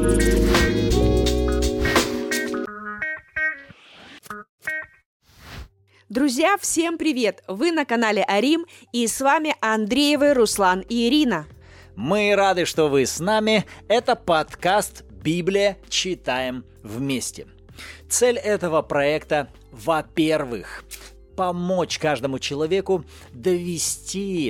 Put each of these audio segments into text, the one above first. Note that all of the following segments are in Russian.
Друзья, всем привет! Вы на канале Арим, и с вами Андреевы, Руслан и Ирина. Мы рады, что вы с нами. Это подкаст «Библия. Читаем вместе». Цель этого проекта, во-первых, помочь каждому человеку довести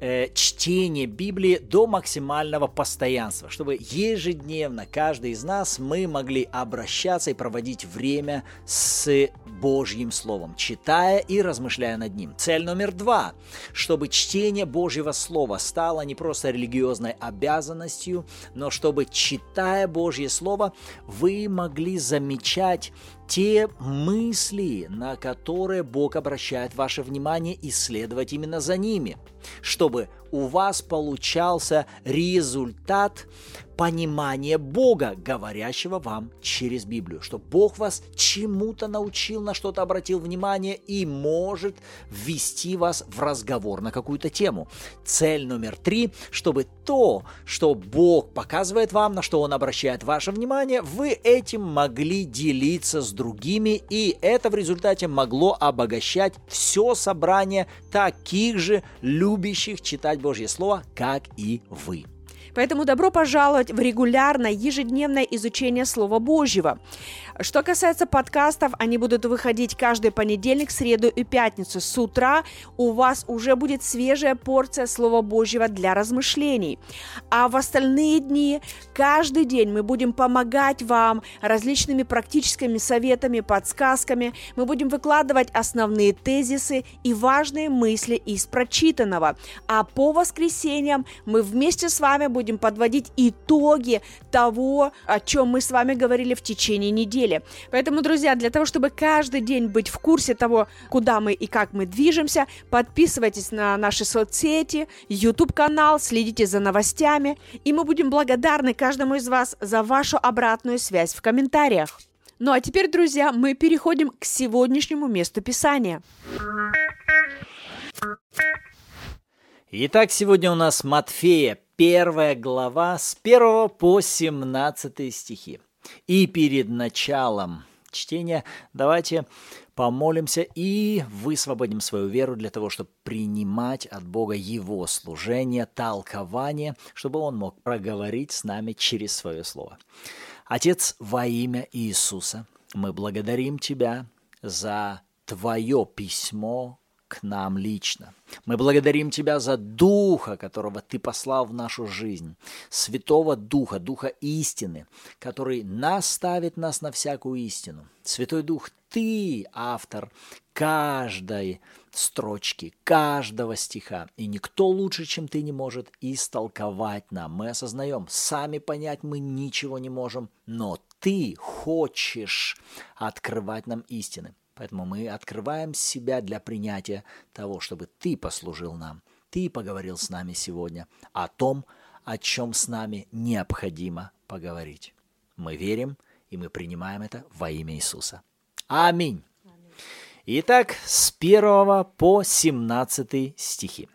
чтение Библии до максимального постоянства, чтобы ежедневно каждый из нас мы могли обращаться и проводить время с Божьим Словом, читая и размышляя над ним. Цель номер 2, чтобы чтение Божьего Слова стало не просто религиозной обязанностью, но чтобы, читая Божье Слово, вы могли замечать те мысли, на которые Бог обращает ваше внимание, и следовать именно за ними, чтобы у вас получался результат понимания Бога, говорящего вам через Библию, чтобы Бог вас чему-то научил, на что-то обратил внимание и может ввести вас в разговор на какую-то тему. Цель номер 3, чтобы то, что Бог показывает вам, на что Он обращает ваше внимание, вы этим могли делиться с другими, и это в результате могло обогащать все собрание таких же любящих читать Божье Слово, как и вы. Поэтому добро пожаловать в регулярное ежедневное изучение Слова Божьего. Что касается подкастов, они будут выходить каждый понедельник, среду и пятницу. С утра у вас уже будет свежая порция Слова Божьего для размышлений. А в остальные дни, каждый день мы будем помогать вам различными практическими советами, подсказками. Мы будем выкладывать основные тезисы и важные мысли из прочитанного. А по воскресеньям мы вместе с вами будем подводить итоги того, о чем мы с вами говорили в течение недели. Поэтому, друзья, для того, чтобы каждый день быть в курсе того, куда мы и как мы движемся, подписывайтесь на наши соцсети, YouTube-канал, следите за новостями, и мы будем благодарны каждому из вас за вашу обратную связь в комментариях. Ну а теперь, друзья, мы переходим к сегодняшнему месту Писания. Итак, сегодня у нас Матфея, 1 глава, с 1 по 17 стихи. И перед началом чтения давайте помолимся и высвободим свою веру для того, чтобы принимать от Бога Его служение, толкование, чтобы Он мог проговорить с нами через Свое Слово. Отец, во имя Иисуса, мы благодарим Тебя за Твое письмо к нам лично. Мы благодарим Тебя за Духа, которого Ты послал в нашу жизнь, Святого Духа, Духа истины, который наставит нас на всякую истину. Святой Дух, Ты автор каждой строчки, каждого стиха, и никто лучше, чем Ты, не может истолковать нам. Мы осознаем, сами понять мы ничего не можем, но Ты хочешь открывать нам истины. Поэтому мы открываем себя для принятия того, чтобы Ты послужил нам. Ты поговорил с нами сегодня о том, о чем с нами необходимо поговорить. Мы верим, и мы принимаем это во имя Иисуса. Аминь. Итак, с 1 по 17 стихи.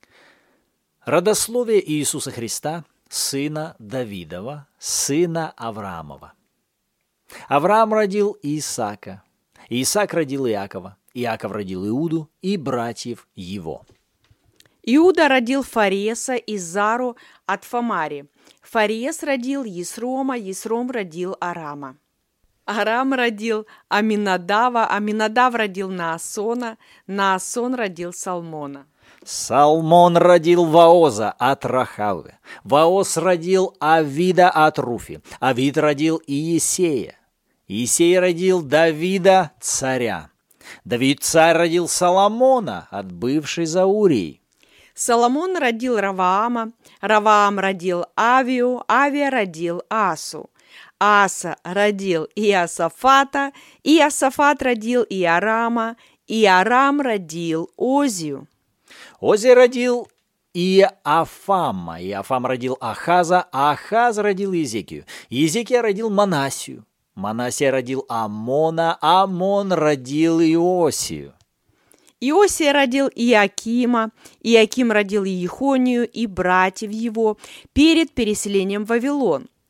Родословие Иисуса Христа, сына Давидова, сына Авраамова. Авраам родил Исаака. Исаак родил Иакова, Иаков родил Иуду и братьев его. Иуда родил Фареса и Зару от Фамари. Фарес родил Есрома, Есром родил Арама. Арам родил Аминадава, Аминадав родил Наасона, Наасон родил Салмона. Салмон родил Вооза от Рахавы. Вооз родил Авида от Руфи. Авид родил Иесея. Иесей родил Давида, царя. Давид царь родил Соломона от бывшей за Урией. Соломон родил Раваама, Раваам родил Авию, Авия родил Асу. Аса родил Иосафата, Иосафат родил Иорама, Иорам родил Озию. Озия родил Иоафама, Иоафам родил Ахаза, а Ахаз родил Иезекию. Иезекия родил Манасию. Манасия родил Амона, Амон родил Иосию. Иосия родил Иакима, Иаким родил Иехонию и братьев его перед переселением в Вавилон.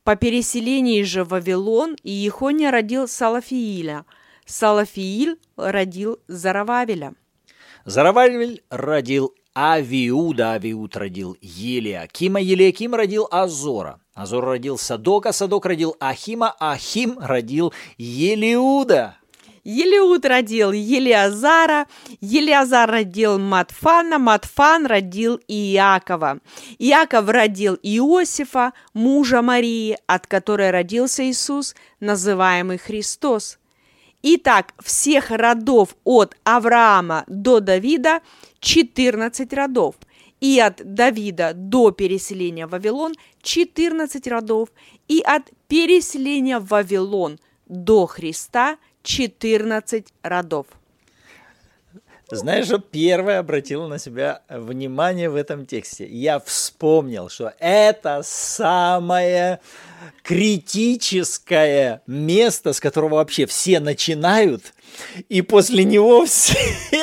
По переселении же в Вавилон Иехония родил Салафииля. Салафииль родил Зарававеля. Зарававель родил Авиуда, Авиуд родил Елиакима, Елиаким родил Азора, Азор родил Садока, Садок родил Ахима, Ахим родил Елиуда. Елиуд родил Елиазара, Елиазар родил Матфана, Матфан родил Иакова. Иаков родил Иосифа, мужа Марии, от которой родился Иисус, называемый Христос. Итак, всех родов от Авраама до Давида 14 родов, и от Давида до переселения в Вавилон 14 родов, и от переселения в Вавилон до Христа 14 родов. Знаешь, что первое обратило на себя внимание в этом тексте? Я вспомнил, что это самое критическое место, с которого вообще все начинают, и после него все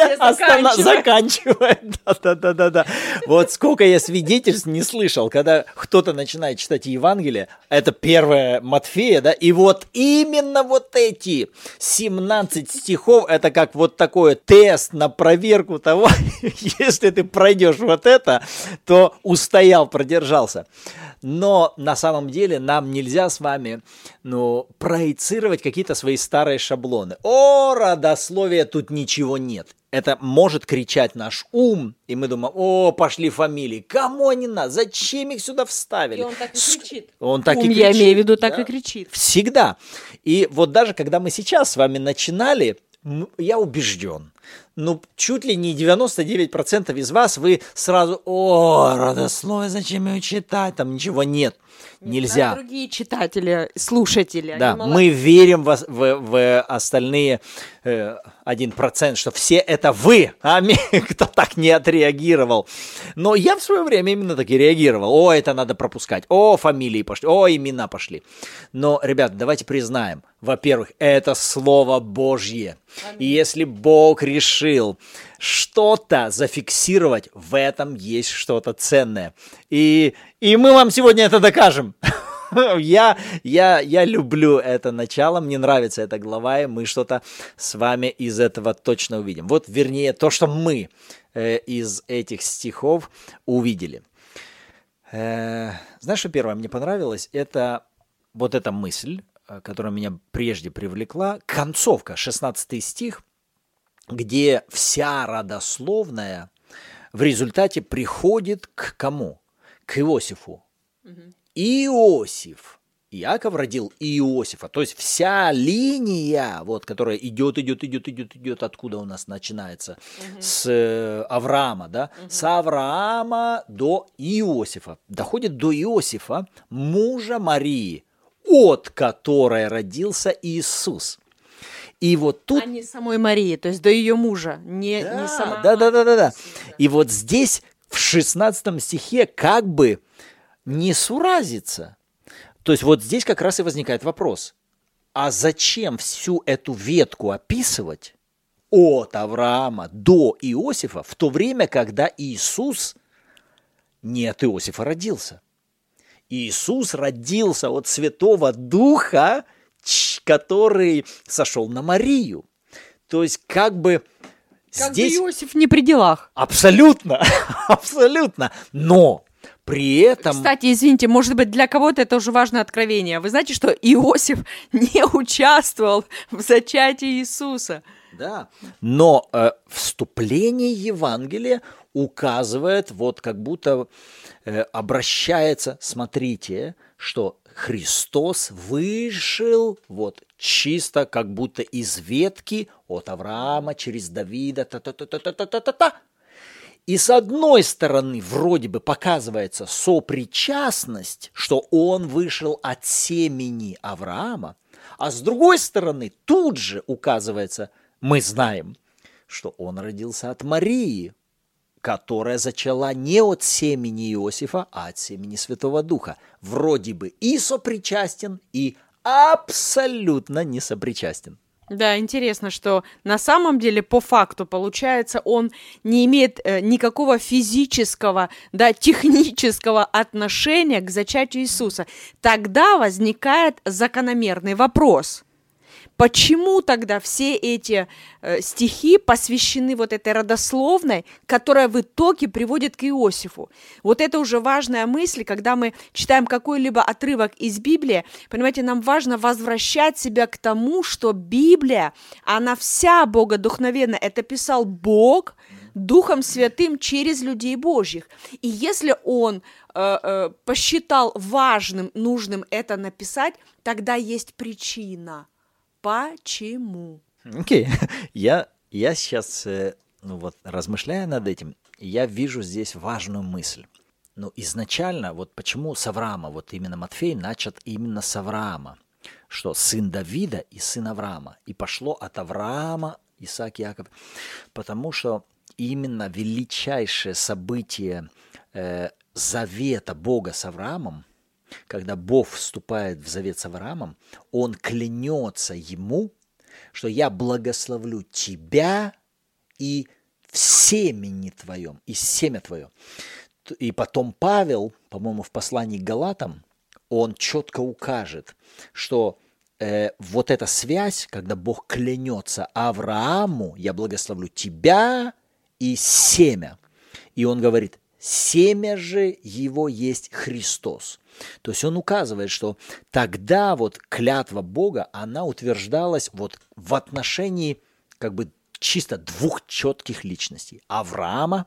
заканчивают. Да. Вот сколько я свидетельств не слышал, когда кто-то начинает читать Евангелие, это 1 Матфея, да, и вот именно вот эти 17 стихов, это как вот такой тест на проверку того, если ты пройдешь вот это, то устоял, продержался. Но на самом деле нам нельзя с вами, проецировать какие-то свои старые шаблоны. О, родословия, тут ничего нет. Это может кричать наш ум, и мы думаем, о, пошли фамилии, кому они надо, зачем их сюда вставили? И он так и кричит. Он так ум, и кричит. я имею в виду, так да? и кричит. Всегда. И вот даже когда мы сейчас с вами начинали, я убежден, чуть ли не 99% из вас, вы сразу, о, родословие, зачем его читать, там ничего нет, нельзя. Другие читатели, слушатели. Да, мы верим в остальные 1%, что все это вы, кто так не отреагировал. Но я в свое время именно так и реагировал. О, это надо пропускать, о, фамилии пошли, о, имена пошли. Но, ребята, давайте признаем, во-первых, это Слово Божье. И если Бог решил что-то зафиксировать, в этом есть что-то ценное. И мы вам сегодня это докажем. Я люблю это начало, мне нравится эта глава, и мы что-то с вами из этого точно увидим. Вот, вернее, то, что мы из этих стихов увидели. Знаешь, что первое мне понравилось? Это вот эта мысль, которая меня прежде привлекла, концовка, 16 стих, где вся родословная в результате приходит к кому? К Иосифу. Иосиф. Иаков родил Иосифа. То есть вся линия, вот, которая идет, откуда у нас начинается? С Авраама, да? С Авраама до Иосифа. Доходит до Иосифа, мужа Марии, от которой родился Иисус. И вот тут... А не самой Марии, то есть до ее мужа, не сама. Да. И вот здесь в 16 стихе как бы несуразица. То есть вот здесь как раз и возникает вопрос. А зачем всю эту ветку описывать от Авраама до Иосифа в то время, когда Иисус не от Иосифа родился? Иисус родился от Святого Духа, который сошел на Марию. То есть как бы здесь... бы Иосиф не при делах. Абсолютно, абсолютно. Но при этом... Кстати, извините, может быть, для кого-то это уже важное откровение. Вы знаете, что Иосиф не участвовал в зачатии Иисуса? Да, но вступление Евангелия указывает, вот как будто обращается, смотрите, что Христос вышел вот чисто как будто из ветки от Авраама через Давида, та-та-та-та-та-та-та-та. И с одной стороны вроде бы показывается сопричастность, что он вышел от семени Авраама, а с другой стороны тут же указывается, мы знаем, что он родился от Марии, которая зачала не от семени Иосифа, а от семени Святого Духа. Вроде бы и сопричастен, и абсолютно не сопричастен. Да, интересно, что на самом деле по факту получается, он не имеет никакого физического, да, технического отношения к зачатию Иисуса. Тогда возникает закономерный вопрос. Почему тогда все эти стихи посвящены вот этой родословной, которая в итоге приводит к Иосифу? Вот это уже важная мысль, когда мы читаем какой-либо отрывок из Библии, понимаете, нам важно возвращать себя к тому, что Библия, она вся богодухновенная, это писал Бог Духом Святым через людей Божьих. И если Он посчитал важным, нужным это написать, тогда есть причина. Почему? Окей. Я сейчас, размышляя над этим, я вижу здесь важную мысль. Изначально, почему с Авраама, именно Матфей начат именно с Авраама, что сын Давида и сын Авраама. И пошло от Авраама, Исаак, Иаков, потому что именно величайшее событие завета Бога с Авраамом, когда Бог вступает в завет с Авраамом, он клянется ему, что я благословлю тебя и в семени твоем, и семя твое. И потом Павел, по-моему, в послании к Галатам, он четко укажет, что вот эта связь, когда Бог клянется Аврааму, я благословлю тебя и семя. И он говорит, семя же его есть Христос. То есть он указывает, что тогда клятва Бога, она утверждалась в отношении чисто двух четких личностей. Авраама,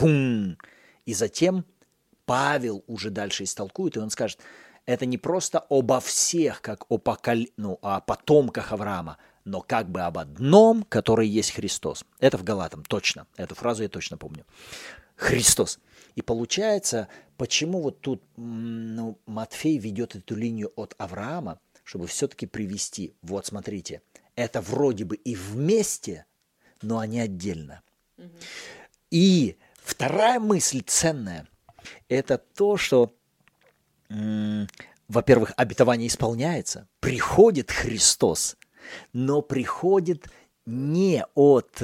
и затем Павел уже дальше истолкует, и он скажет, это не просто обо всех, как о потомках Авраама, но об одном, который есть Христос. Это в Галатам, точно. Эту фразу я точно помню. Христос. И получается, почему тут Матфей ведет эту линию от Авраама, чтобы все-таки привести, смотрите, это вроде бы и вместе, но они отдельно. Угу. И вторая мысль ценная, это то, что, во-первых, обетование исполняется, приходит Христос, но приходит не от,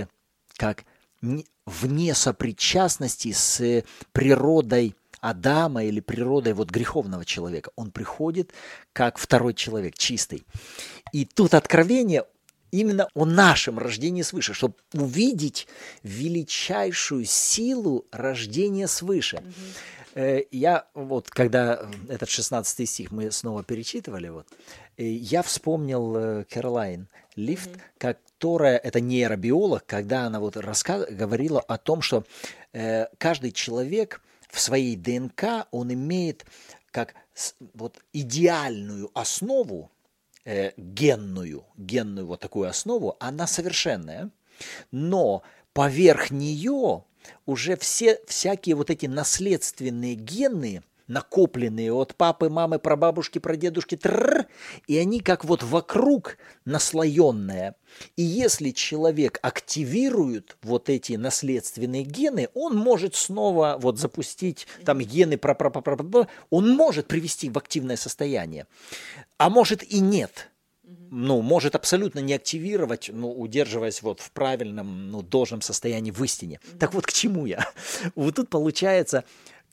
вне сопричастности с природой Адама или природой греховного человека. Он приходит как второй человек, чистый. И тут откровение именно о нашем рождении свыше, чтобы увидеть величайшую силу рождения свыше. Я когда этот 16 стих мы снова перечитывали, я вспомнил Кэролайн Лифт, которая, это нейробиолог, когда она говорила о том, что каждый человек в своей ДНК, он имеет как идеальную основу, генную такую основу, она совершенная, но поверх нее уже всякие эти наследственные гены, накопленные от папы, мамы, прабабушки, прадедушки, и они как вокруг наслоенные. И если человек активирует эти наследственные гены, он может снова запустить там гены, он может привести в активное состояние, а может и нет. Может абсолютно не активировать, удерживаясь в правильном, должном состоянии в истине. Так к чему я? Тут получается,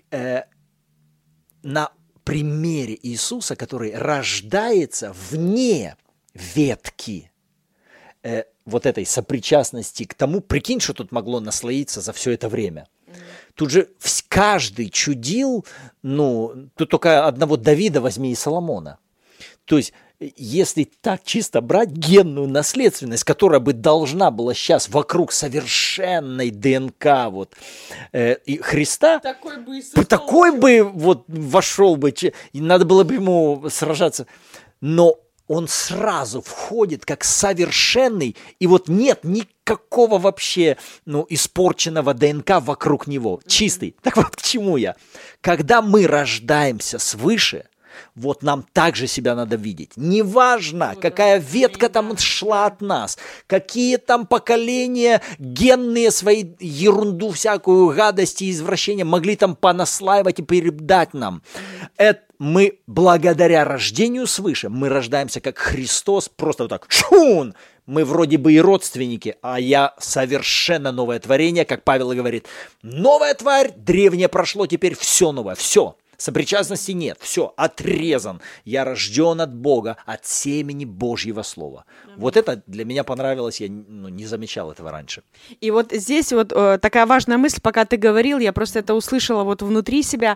на примере Иисуса, который рождается вне ветки этой сопричастности к тому, прикинь, что тут могло наслоиться за все это время. Тут же каждый чудил, тут только одного Давида возьми и Соломона. То есть, если так чисто брать генную наследственность, которая бы должна была сейчас вокруг совершенной ДНК и Христа, такой бы вошел бы, и надо было бы ему сражаться, но он сразу входит как совершенный, и нет никакого вообще испорченного ДНК вокруг него, чистый. Так к чему я? Когда мы рождаемся свыше, Вот нам также себя надо видеть. Неважно, какая ветка там шла от нас, какие там поколения генные свои ерунду, всякую гадость и извращения могли там понаслаивать и передать нам. Это мы благодаря рождению свыше, мы рождаемся как Христос, просто вот так, шун! Мы вроде бы и родственники, а я совершенно новое творение, как Павел и говорит. Новая тварь, древнее прошло, теперь все новое, все. Сопричастности нет, все, отрезан. Я рожден от Бога, от семени Божьего Слова. Вот это для меня понравилось, я не замечал этого раньше. И вот здесь вот такая важная мысль, пока ты говорил, я просто это услышала вот внутри себя,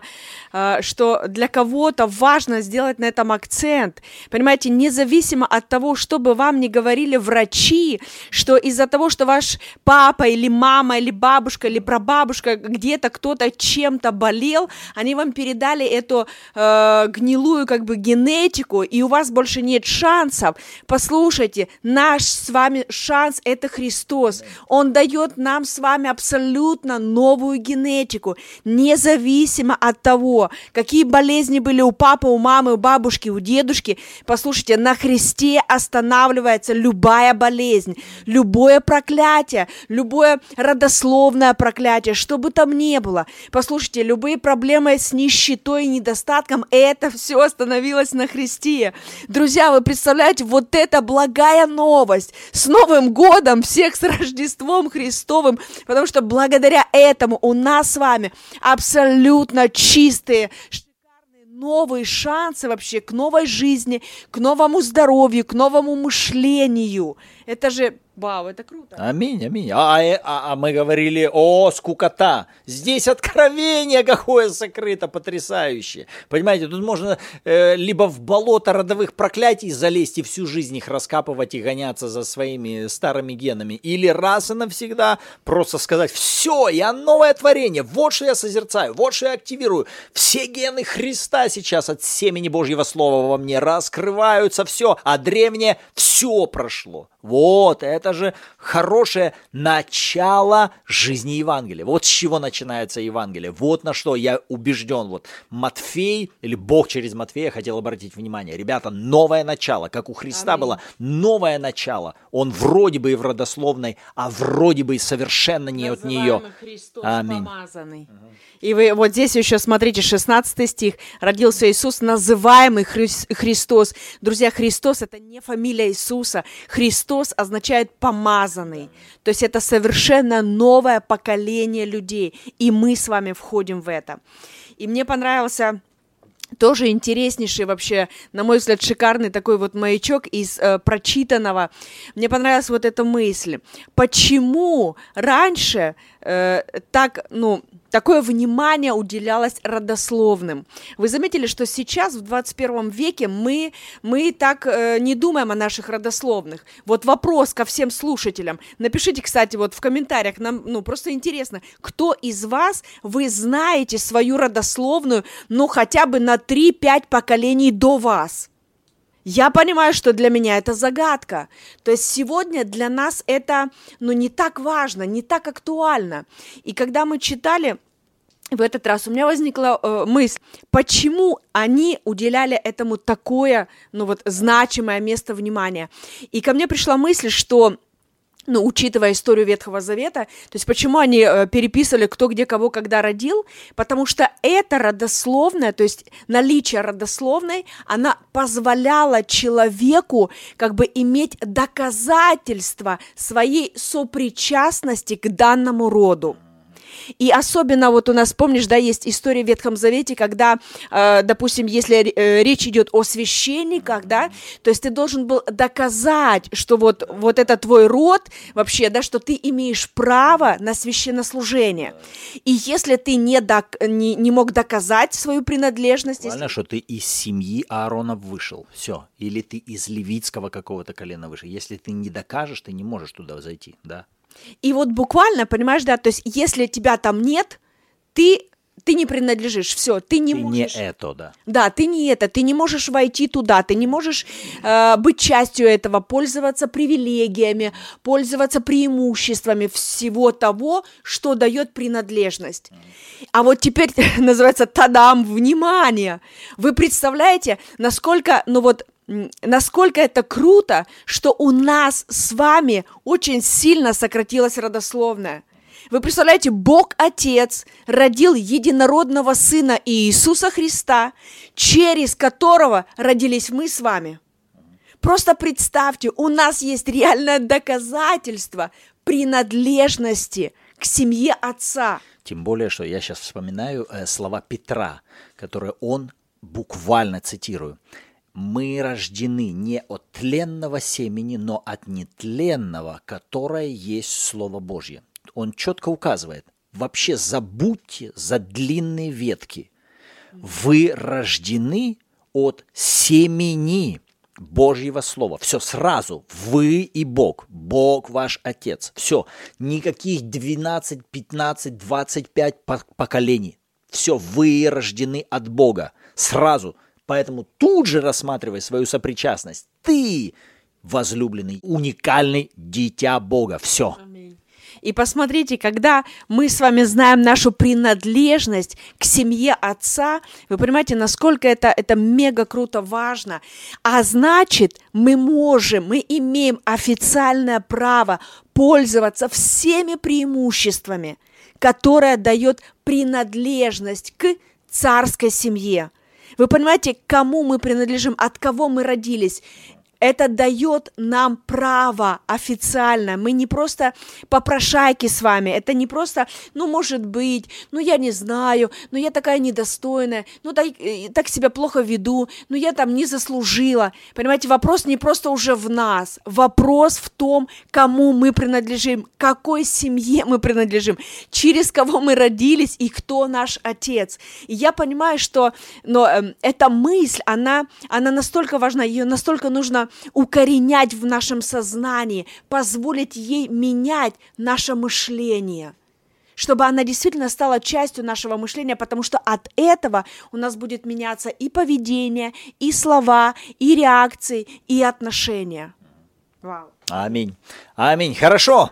что для кого-то важно сделать на этом акцент. Понимаете, независимо от того, что бы вам ни говорили врачи, что из-за того, что ваш папа или мама или бабушка или прабабушка где-то кто-то чем-то болел, они вам передали эту гнилую как бы генетику, и у вас больше нет шансов. Послушайте, наш с вами шанс – это Христос. Он дает нам с вами абсолютно новую генетику, независимо от того, какие болезни были у папы, у мамы, у бабушки, у дедушки. Послушайте, на Христе останавливается любая болезнь, любое проклятие, любое родословное проклятие, что бы там ни было. Послушайте, любые проблемы с нищетой и недостатком, это все остановилось на Христе. Друзья, вы представляете, вот это благая новость. С Новым годом, всех с Рождеством Христовым, потому что благодаря этому у нас с вами абсолютно чистые, шикарные, новые шансы вообще к новой жизни, к новому здоровью, к новому мышлению. Это же... Вау, это круто. Аминь, аминь. А мы говорили, скукота. Здесь откровение какое сокрыто, потрясающее. Понимаете, тут можно либо в болото родовых проклятий залезть и всю жизнь их раскапывать и гоняться за своими старыми генами. Или раз и навсегда просто сказать, все, я новое творение, вот что я созерцаю, вот что я активирую. Все гены Христа сейчас от семени Божьего Слова во мне раскрываются, все, а древнее все прошло. Вот, это же хорошее начало жизни Евангелия. Вот с чего начинается Евангелие. Вот на что я убежден. Вот Матфей, или Бог через Матфея хотел обратить внимание. Ребята, новое начало, как у Христа Аминь. Было новое начало. Он вроде бы и в родословной, а вроде бы и совершенно не от нее. Христос Аминь. Помазанный. И вы вот здесь еще смотрите, 16 стих. Родился Иисус, называемый Христос. Друзья, Христос – это не фамилия Иисуса. Христос означает помазанный. То есть это совершенно новое поколение людей. И мы с вами входим в это. И мне понравился... Тоже интереснейший вообще, на мой взгляд, шикарный такой вот маячок из прочитанного. Мне понравилась вот эта мысль. Почему раньше такое внимание уделялось родословным? Вы заметили, что сейчас, в 21 веке, мы так не думаем о наших родословных. Вот вопрос ко всем слушателям. Напишите, кстати, вот в комментариях, нам просто интересно, кто из вас, вы знаете свою родословную, хотя бы на 3-5 поколений до вас? Я понимаю, что для меня это загадка. То есть сегодня для нас это не так важно, не так актуально. И когда мы читали в этот раз, у меня возникла мысль, почему они уделяли этому такое значимое место внимания. И ко мне пришла мысль, что учитывая историю Ветхого Завета, то есть почему они переписывали, кто где кого когда родил, потому что это родословное, то есть наличие родословной, она позволяла человеку как бы иметь доказательства своей сопричастности к данному роду. И особенно вот у нас, помнишь, есть история в Ветхом Завете, когда, допустим, если речь идет о священниках, то есть ты должен был доказать, что вот это твой род вообще, что ты имеешь право на священнослужение. И если ты не мог доказать свою принадлежность... Правильно, что ты из семьи Аарона вышел, все. Или ты из левитского какого-то колена вышел. Если ты не докажешь, ты не можешь туда зайти, да. И вот буквально, понимаешь, то есть если тебя там нет, ты ты не принадлежишь, все, ты не можешь. Ты не это, да. Да, ты не это, ты не можешь войти туда, ты не можешь быть частью этого, пользоваться привилегиями, пользоваться преимуществами всего того, что дает принадлежность. А вот теперь называется «тадам!» Внимание! Вы представляете, насколько это круто, что у нас с вами очень сильно сократилось родословное. Вы представляете, Бог Отец родил единородного Сына Иисуса Христа, через которого родились мы с вами. Просто представьте, у нас есть реальное доказательство принадлежности к семье Отца. Тем более, что я сейчас вспоминаю слова Петра, которые он буквально цитирую. Мы рождены не от тленного семени, но от нетленного, которое есть Слово Божье. Он четко указывает, вообще забудьте за длинные ветки. Вы рождены от семени Божьего Слова. Все сразу. Вы и Бог. Бог ваш Отец. Все. Никаких 12, 15, 25 поколений. Все. Вы рождены от Бога. Сразу. Поэтому тут же рассматривай свою сопричастность. Ты возлюбленный, уникальный дитя Бога. Все. И посмотрите, когда мы с вами знаем нашу принадлежность к семье Отца, вы понимаете, насколько это мега круто важно. А значит, мы имеем официальное право пользоваться всеми преимуществами, которые дает принадлежность к царской семье. Вы понимаете, к кому мы принадлежим, от кого мы родились? Это дает нам право официально. Мы не просто попрошайки с вами. Это не просто, может быть, я не знаю, я такая недостойная, так себя плохо веду, я там не заслужила. Понимаете, вопрос не просто уже в нас. Вопрос в том, кому мы принадлежим, какой семье мы принадлежим, через кого мы родились и кто наш Отец. И я понимаю, что эта мысль, она настолько важна, ее настолько нужно укоренять в нашем сознании, позволить ей менять наше мышление, чтобы она действительно стала частью нашего мышления, потому что от этого у нас будет меняться и поведение, и слова, и реакции, и отношения. Вау. Аминь. Аминь. Хорошо.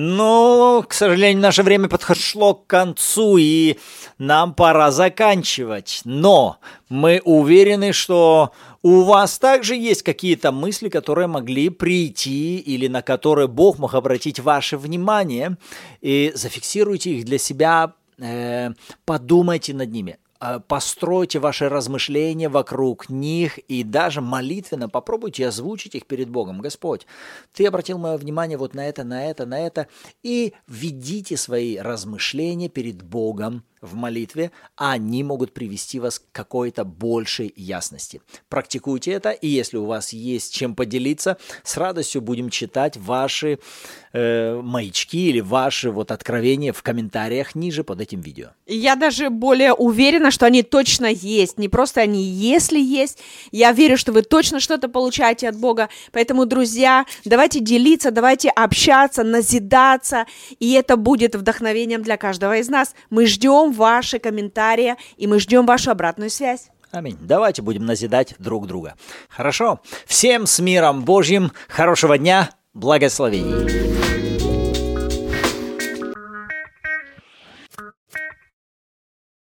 Но, к сожалению, наше время подошло к концу, и нам пора заканчивать. Но мы уверены, что у вас также есть какие-то мысли, которые могли прийти или на которые Бог мог обратить ваше внимание. И зафиксируйте их для себя, подумайте над ними. Постройте ваши размышления вокруг них и даже молитвенно попробуйте озвучить их перед Богом. Господь, Ты обратил мое внимание вот на это, и введите свои размышления перед Богом в молитве, а они могут привести вас к какой-то большей ясности. Практикуйте это, и если у вас есть чем поделиться, с радостью будем читать ваши маячки или ваши откровения в комментариях ниже под этим видео. Я даже более уверена, что они точно есть, не просто они, если есть. Я верю, что вы точно что-то получаете от Бога, поэтому, друзья, давайте делиться, давайте общаться, назидаться, и это будет вдохновением для каждого из нас. Мы ждем ваши комментарии, и мы ждем вашу обратную связь. Аминь. Давайте будем назидать друг друга. Хорошо? Всем с миром Божьим, хорошего дня, благословений.